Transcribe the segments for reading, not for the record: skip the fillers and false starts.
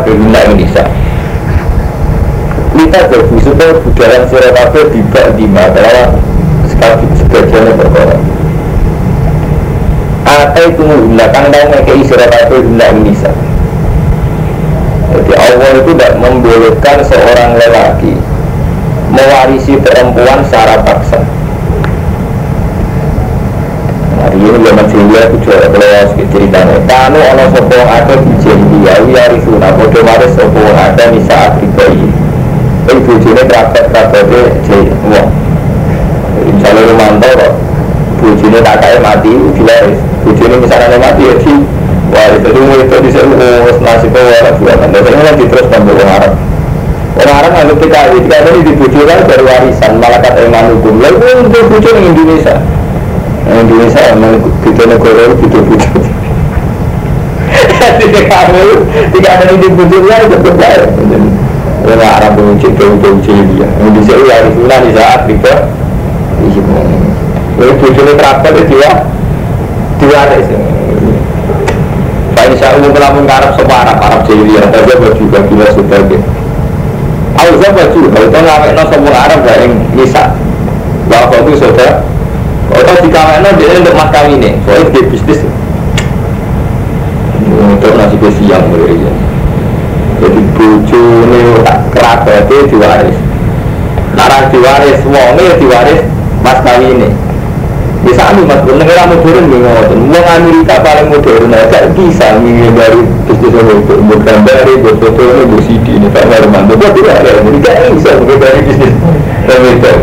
kabeh minta Indonesia. Kita jadi supaya budaya sira kabeh dibak di mata sekali sebagiannya perkara. Itu menggunakan nama kei sira kabeh minta Indonesia. Jadi Allah itu tidak membolehkan seorang lelaki mewarisi perempuan secara paksa. Hari ini zaman Jahiliyah itu juga kelas ceritanya. Kanu ana sapa ada di Jahiliyah yarisuna padha waris sapa ada di saat ribayi. Bojone kerabat-kerabate Jahiliyah. Misalnya Romanto kok bojone kakake mati diwaris. Bojone misalnya mati ya di waris. Jadi itu disebut nasibnya waris bukan. Biasanya kan diterus ngambil orang Arab. Orang Arab ngambil PKI. Ketika ini dibujukan dari warisan malakat iman hukum. Lalu untuk bujur di Indonesia. Indonesia memang gitu negara itu gitu-gitu. Jadi kamu tidak ada di bujurnya itu berbeda. Orang Arab mengucap ke dia. Indonesia itu harus ulang di saat kita. Lalu bujurnya terakhir itu dia diwaris. Pak Insya Allah melamun ke Arab semua Arab Jahiliyah. Tapi baju gila sebagai. Aku baju. Kalau itu ngambil semua Arab gak yang bisa. Bahwa itu saudara. Kalau di kawanan dia untuk mas kawin nih, soalnya dia bisnis. Untuk nasib siang berikan. Jadi bucu ni kerabatnya diwaris. Narang diwaris, wongnya diwaris mas kawin nih. Di sana mas pun negara modern nih, mau Amerika paling modern, tak bisa menghindari bisnis itu. Bukan dari buat foto ini, buat CD ini, tak baru mantu. Buat tidak ada, jadi tak bisa menghindari bisnis Amerika.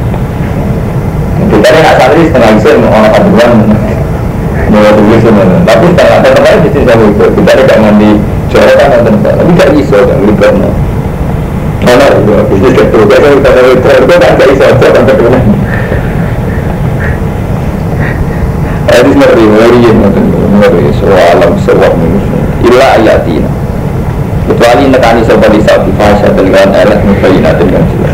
Kita ni nak santri setengah isi orang kaduan mau tulis semua, tapi setengah terbaik bisnis sama itu. Kita ni tak mandi coretan atau tempat, tapi tak iso kan libat no. Mana itu bisnis ketua, kita kita itu kan tak iso coretan terkenal. Hadis Nabi Muhammad Nabi Sallam sewak manusia. Illa ayatina. Kecuali nekani sebab disabdi fahsyat dengan alat mubayyinat dengan jelas.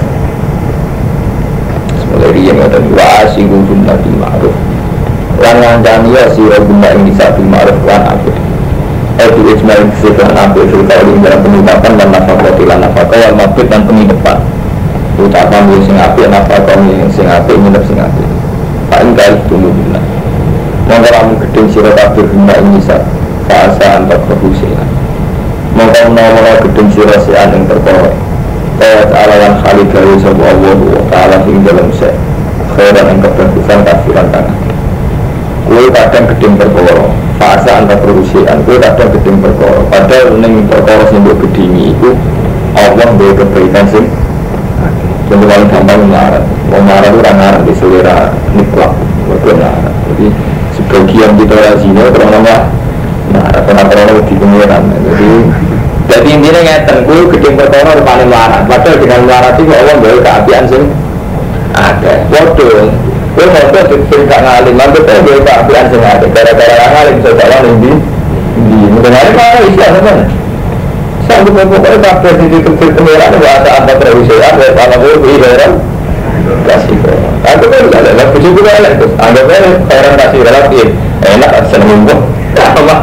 Dari yang ada dua asinggung jumlah bil ma'ruf lan ngancani ya sira guna ing bisa bil ma'ruf lan apik itu ijma'i kesehatan apik serta dalam pengungkapan dan nafkah lan nafkah wal mabit dan penghidupan utama sing apik nafkah sing apik minap sing apik paling kali tunggu bila monggo ramu gedeng sira kabeh guna ing bisa fasa antar produksian monggo menawa gedeng sira sian ing perkara Kaya ta'ala lan khalik dari sebuah Allah ta'ala sing dalam se khairan yang kebagusan kafiran tangan kue kadang gedeng perkara fasa antar perusian kue kadang gedeng perkara padahal ini perkara sing buat gedingi itu Allah buat kebaikan sing contoh paling gampang mengarah itu orang arah di selera niklak bukan arah jadi sebagian kita razina terutama karena di pengiran jadi intinya ngeten, gue gedeng perkara paling larang. Padahal dengan larang itu Allah bawa keapian sih ada. Waduh, gue ngotot tidak ngalim, tapi gue bawa keapian sih ada. Gara-gara ngalim saudara di mungkin ngalim mana Islam mana? Sampai pokoknya kabel di kecil kemerah bahasa apa terusia, bahasa apa gue heran kasih kok. Aku kan tidak ada, begitu juga ada. Anggapnya heran kasih relatif, enak seneng gue. Apa?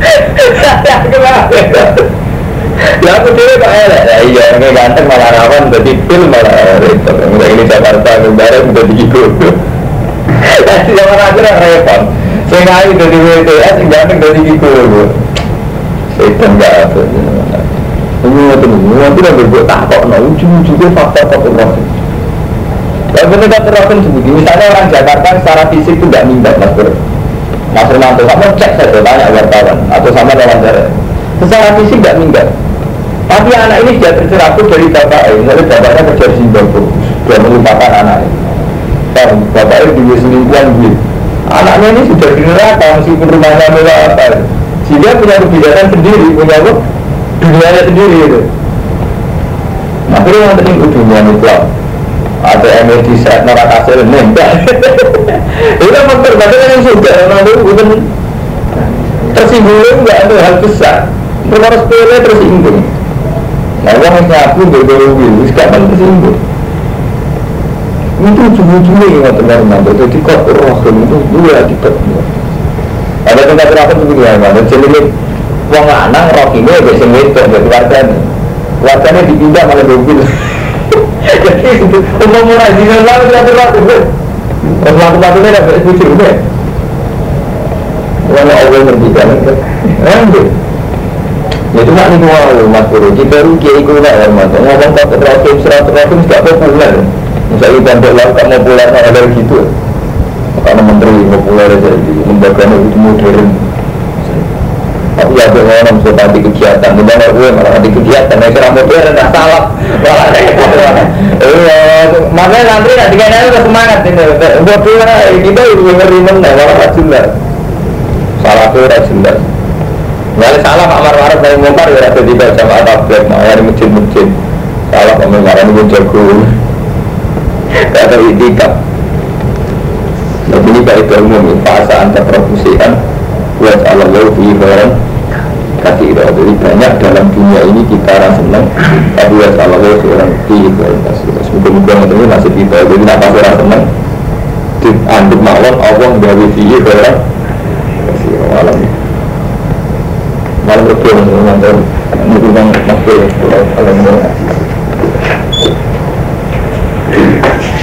Ya aku dia tak elak, iya orang ganteng malah rawan, jadi film malah repot. Ini Jakarta kemarin udah diikut. Jadi zaman akhirnya repot. Saya ngai dari WTS, ganteng dari ikut. Saya enggak apa. Ini tidak berbuat takut, ujung-ujungnya faktor takut. Yang penting kita terapkan sebegini. Misalnya orang Jakarta secara fisik itu tidak mimpi, Mas Romanto, kamu cek saja tanya wartawan atau sama lawan cara. Secara fisik tidak minggat. Tapi anak ini sudah tercerabut dari bapak ini. Lalu bapaknya kerja di Zimbabwe, sudah melupakan anaknya. Dan bapaknya di selingkuhan gitu. Anaknya ini sudah di neraka meskipun rumahnya mewah apa. Sehingga punya kebijakan sendiri, punya apa? Dunianya sendiri itu. Akhirnya yang penting dunia Islam. Ada MD saat neraka hasil nembak. Itu faktor badan yang sudah lalu bukan tersinggung nggak ada hal besar. Perkara sepele tersinggung. Nah, orang yang nyapu bergolong sekarang tersinggung. Itu ujung-ujungnya yang teman-teman. Jadi kok roh itu dua tipe. Ada tempat terakhir begini ya, ada jenis Wong lanang rok ini ya sing wedok ya keluargane dipindah malah mobil. Jadi umum murah di dalam satu-satu. Satu-satunya dapat tujuh deh. Kalau Allah berbicara, lanjut. Ya cuma ini mau mas guru. Kita rugi ikut lah mas. Ngomong kau terakhir 100 nggak populer. Misalnya banyak lah kamu populer ada gitu. Karena menteri populer aja di lembaga itu modern. Tapi ada orang seperti kegiatan, dimana gue malah di kegiatan, yang serang modern, tidak salah, malah makanya nanti nanti kayaknya udah semangat ini, modern kita itu ngeri mana, malah jelas, salah tuh jelas. Nggak salah Pak Marwar dari Mungkar ya ada tiga jamaah tablet, makanya di masjid-masjid, salah Pak Marwar ini jago, kata itikaf. Jadi ini baik umum, fase antar profusian, buat Allah fi khairan kasih itu. Jadi banyak dalam dunia ini kita rasa senang, tapi buat Allah seorang fi khairan kasih. Semoga ini masih kita. Jadi nak pas rasa senang, dianduk mawon Allah dari fi khairan kasih. Malam betul teman-teman. Ini bang masih kalau